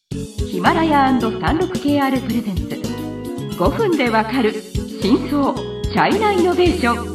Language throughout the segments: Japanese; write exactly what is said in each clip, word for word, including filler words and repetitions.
ヒマラヤ さんじゅうろくケーアール プレゼンツごふんでわかる真相チャイナイノベーション。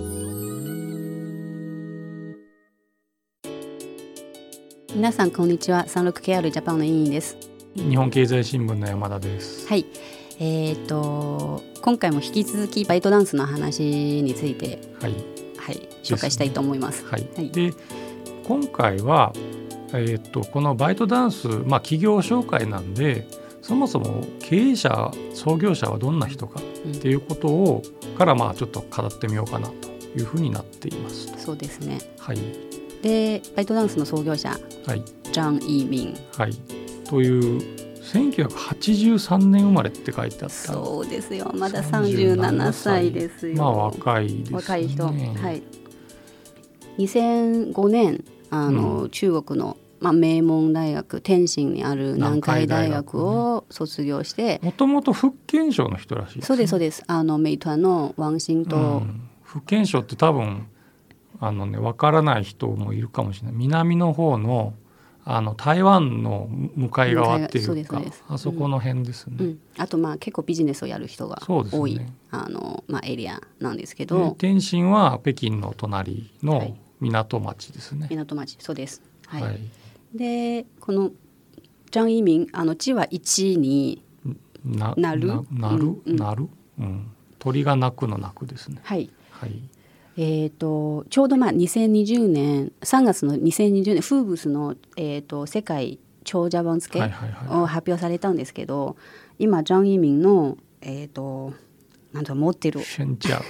皆さんこんにちは。 さんじゅうろくケーアール ジャパンの委員です。 日本経済新聞の山田です。 はい、えー、と今回も引き続きバイトダンスの話について、 はいはい、紹介したいと思います。 はいはい、 で今回は、えー、とこのバイトダンス、まあ、企業紹介なんで、そもそも経営者創業者はどんな人かっていうことを、うん、からまあちょっと語ってみようかなというふうになっています。 そうですね。 はい、 でバイトダンスの創業者、はい、ジャン・イーミン、 はい、というせんきゅうひゃくはちじゅうさんねん生まれって書いてあった。 そうですよ、まださんじゅうななさいですよ。 まあ若いですね。 若い人、はい、にせんごねんあの、うん、中国の、まあ、名門大学天津にある南海大学を卒業して、 もともと福建省の人らしいですね。 そうですそうです。あのメイトワのワンシンと、うん、 福建省って多分あの、ね、分からない人もいるかもしれない。南の方のあの台湾の向かい側っていうか、あそこの辺ですね。 うんうん、あとまあ結構ビジネスをやる人が多い、ね、あのまあ、エリアなんですけど、 天津は北京の隣の港町ですね。 はい、港町、そうです。はいはい、でこのジャン・イーミン、あの地はいちになるなる、 うんうんなるうん、鳥が鳴くの鳴くですね。 はい、 はい、 えー、とちょうどまあにせんにじゅうねんさんがつのにせんにじゅうねんフーブスの、えー、と世界長者番付を発表されたんですけど、はいはいはい、今ジャン・イーミンの、えー、となんと持ってるシェンチャ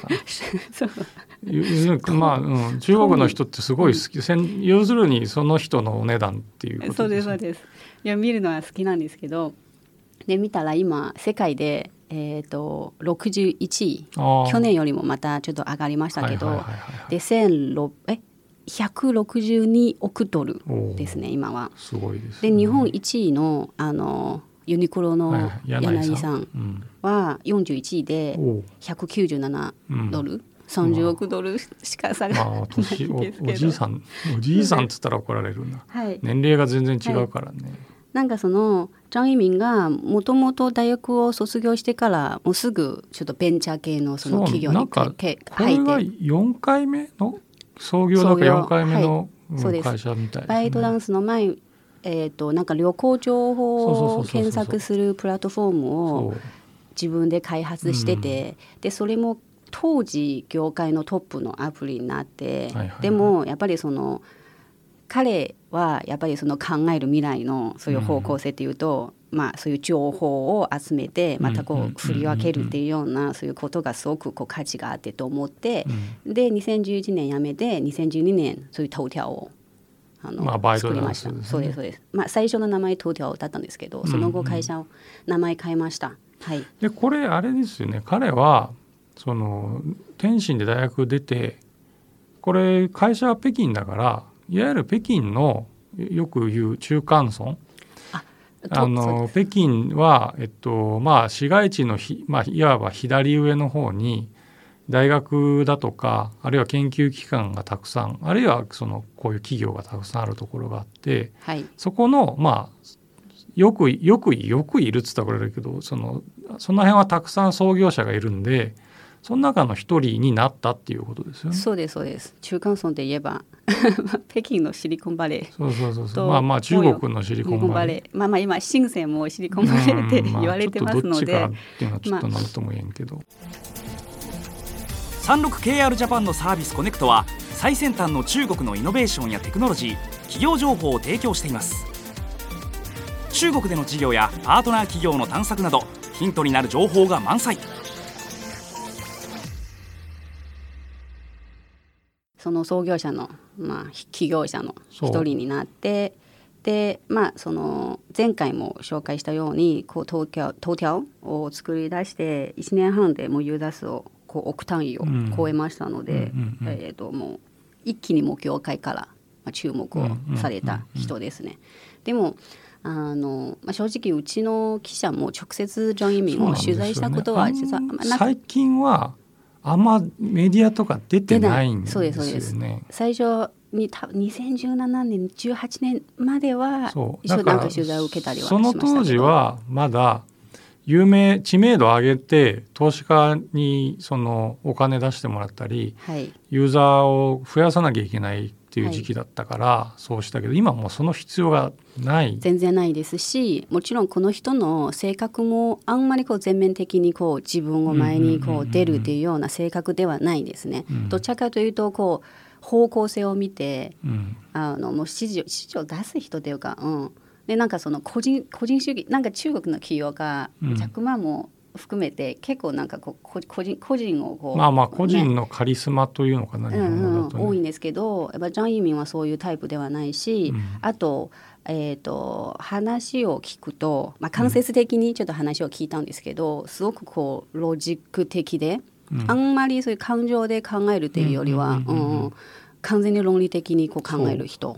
ーまあ、うん、中国の人ってすごい好き、うん、要するにその人のお値段っていうことですね。 そうですそうです。いや見るのは好きなんですけど、で見たら今世界でえー、とろくじゅういちい、去年よりもまたちょっと上がりましたけど、はいはいはいはい、でひゃくろくじゅうにおくドルですね今は。 すごいですね。 で日本いちい の, あのユニクロの柳井さんはよんじゅういちいでひゃくきゅうじゅうななドル、うん、さんじゅうおくドルしか下がらないんですけど、まあ、 お, おじいさんおじいさんって言ったら怒られるな、はい、年齢が全然違うからね、はい、 なんかそのジャン・イーミンがもともと大学を卒業してからもうすぐちょっとベンチャー系のその企業に入って、 これがよんかいめの創業だからよんかいめの会社みたいですね。 バイトダンスの前、えー、となんか旅行情報を検索するプラットフォームを自分で開発してて、うん、でそれも当時業界のトップのアプリになって、はいはいはい、でもやっぱりその彼はやっぱりその考える未来のそういう方向性っていうと、うん、まあそういう情報を集めてまたこう振り分けるっていうようなそういうことがすごくこう価値があってと思って、うん、でにせんじゅういちねん辞めてにせんじゅうにねんそういう頭条をあの、まあ、作りました。そうですそうです。まあ最初の名前頭条だったんですけど、その後会社を名前変えました。はい。 でこれあれですよね。彼はその天津で大学出て、これ会社は北京だから。いわゆる北京のよく言う中間村、ああの北京は、えっとまあ、市街地のひ、まあ、いわば左上の方に大学だとかあるいは研究機関がたくさん、あるいはそのこういう企業がたくさんあるところがあって、はい、そこのまあよくよくよくいるっつったらこれだけど、そのその辺はたくさん創業者がいるんで、その中の一人になったっていうことですよね。 そうですそうです。中間村で言えば北京のシリコンバレー、 そうそうそうそう、まあまあ中国のシリコンバレー、 まあまあ今深センもシリコンバレーって言われてますので、まあ、 ちょっとどっちかっていうのはちょっと何とも言えんけど、まあ、さんじゅうろくケーアール ジャパンのサービスコネクトは最先端の中国のイノベーションやテクノロジー、企業情報を提供しています。中国での事業やパートナー企業の探索などヒントになる情報が満載。 その創業者の、まあ、起業者の一人になって、で、まあ、その前回も紹介したようにこう頭条を作り出していちねんはんでもうユーザー数をこう億単位を超えましたので、えーと、もう一気にもう業界から注目をされた人ですね。でもあの、まあ、正直うちの記者も直接ジャン・イーミンを取材したことは実は、 ね、最近はあんまメディアとか出てないんですよね。 そうですそうです。最初にたにせんじゅうななねんじゅうはちねんまではそう一緒なんか取材を受けたりはしましたけど、 その当時はまだ有名知名度を上げて投資家にそのお金出してもらったり、 はい、 ユーザーを増やさなきゃいけないっていう時期だったから、はい、そうしたけど今もうその必要がない全然ないですし、もちろんこの人の性格もあんまりこう全面的にこう自分を前にこう出るっていうような性格ではないですね、うん、どちらかというとこう方向性を見て、うん、あのもう指示を指示を出す人というか、うん、でなんかその個人個人主義、なんか中国の企業がジャック・マーも含めて結構なんかこう個人個人をこう、 まあまあ個人のカリスマというのかな、ね、 うんうん、多いんですけど、やっぱジャン・イーミンはそういうタイプではないし、うん、あと、えーと、話を聞くと、まあ、間接的にちょっと話を聞いたんですけど、うん、すごくこうロジック的で、うん、あんまりそういう感情で考えるというよりは完全に論理的にこう考える人。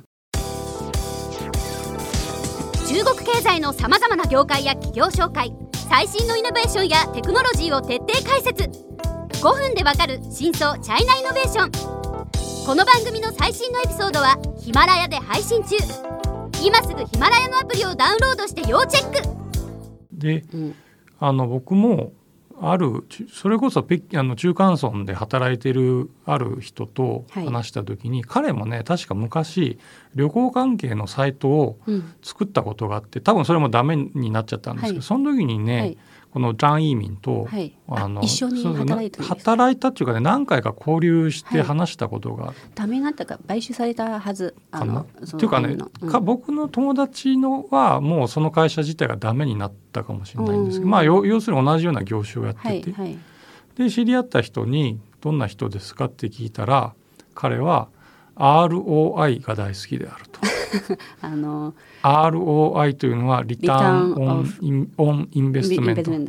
中国経済のさまざまな業界や企業紹介、最新のイノベーションやテクノロジーを徹底解説。ごふんでわかる真相チャイナイノベーション。この番組の最新のエピソードはヒマラヤで配信中。今すぐヒマラヤのアプリをダウンロードして要チェックで、うん、あの僕もあるそれこそ北あの中間村で働いてるある人と話した時に、はい、彼もね確か昔旅行関係のサイトを作ったことがあって、うん、多分それもダメになっちゃったんですけど、はい、その時にね、はい、このジャン・イーミンと、はい、 あの一緒に働いたんですか？ 働いたっていうかね、何回か交流して話したことが、はい、 ダメになったか買収されたはずかなっていうかね、うん、か僕の友達のはもうその会社自体がダメになったかもしれないんですけど、うん、まあ要するに同じような業種をやってて、はいはい、で知り合った人にどんな人ですかって聞いたら、彼は アールオーアイ が大好きであるとあのアールオーアイ というのはリターンオンイン、オンインベストメント、はい、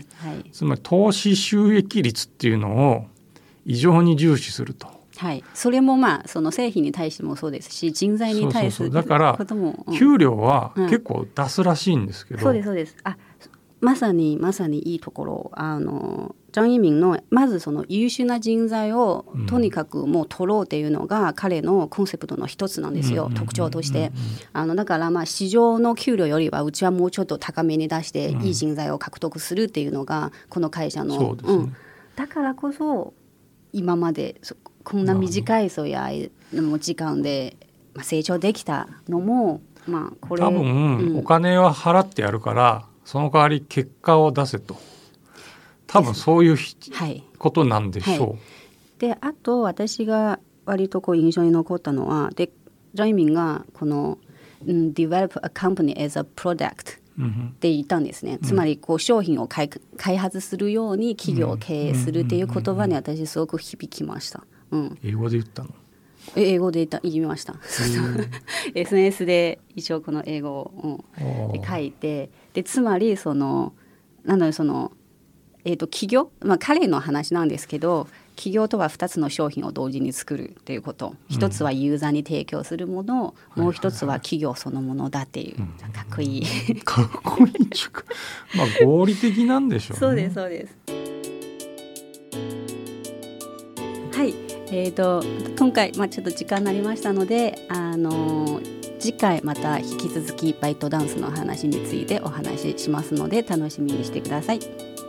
つまり投資収益率っていうのを異常に重視すると、 はい、それもまあその製品に対してもそうですし、人材に対することも、 だから給料は結構出すらしいんですけど、 うん、そうですそうです。あ、まさにまさにいいところ、あのジャン・イーミンのまずその優秀な人材をとにかくもう取ろうっていうのが彼のコンセプトの一つなんですよ、うん、特徴として。あのだからまあ市場の給料よりはうちはもうちょっと高めに出していい人材を獲得するっていうのがこの会社の、 そうですね、うん、 だからこそ今までこんな短いそういう時間で成長できたのも、まあこれ多分お金は払ってやるから、うん、その代わり結果を出せと、多分そういう、はい、ことなんでしょう、はい、 であと私が割とこう印象に残ったのは、でジャン・イーミンがこの、うん、develop a company as a product って言ったんですね、うん、つまりこう商品を開発するように企業を経営するっていう言葉に私すごく響きました、うん、 英語で言ったの？ 英語で言った言いましたエスエヌエス で一応この英語を、うん、で書いて、でつまりそのなのでそのえー、と企業、まあ、彼の話なんですけど、企業とはふたつの商品を同時に作るっていうこと、一つはユーザーに提供するもの、うん、もう一つは企業そのものだっていう、はいはいはい、かっこいいかっこいいっていうか、まあ合理的なんでしょうね。 そうですそうです。はい、えー、と今回、まあ、ちょっと時間になりましたので、あのー次回また引き続きバイトダンスの話についてお話ししますので楽しみにしてください。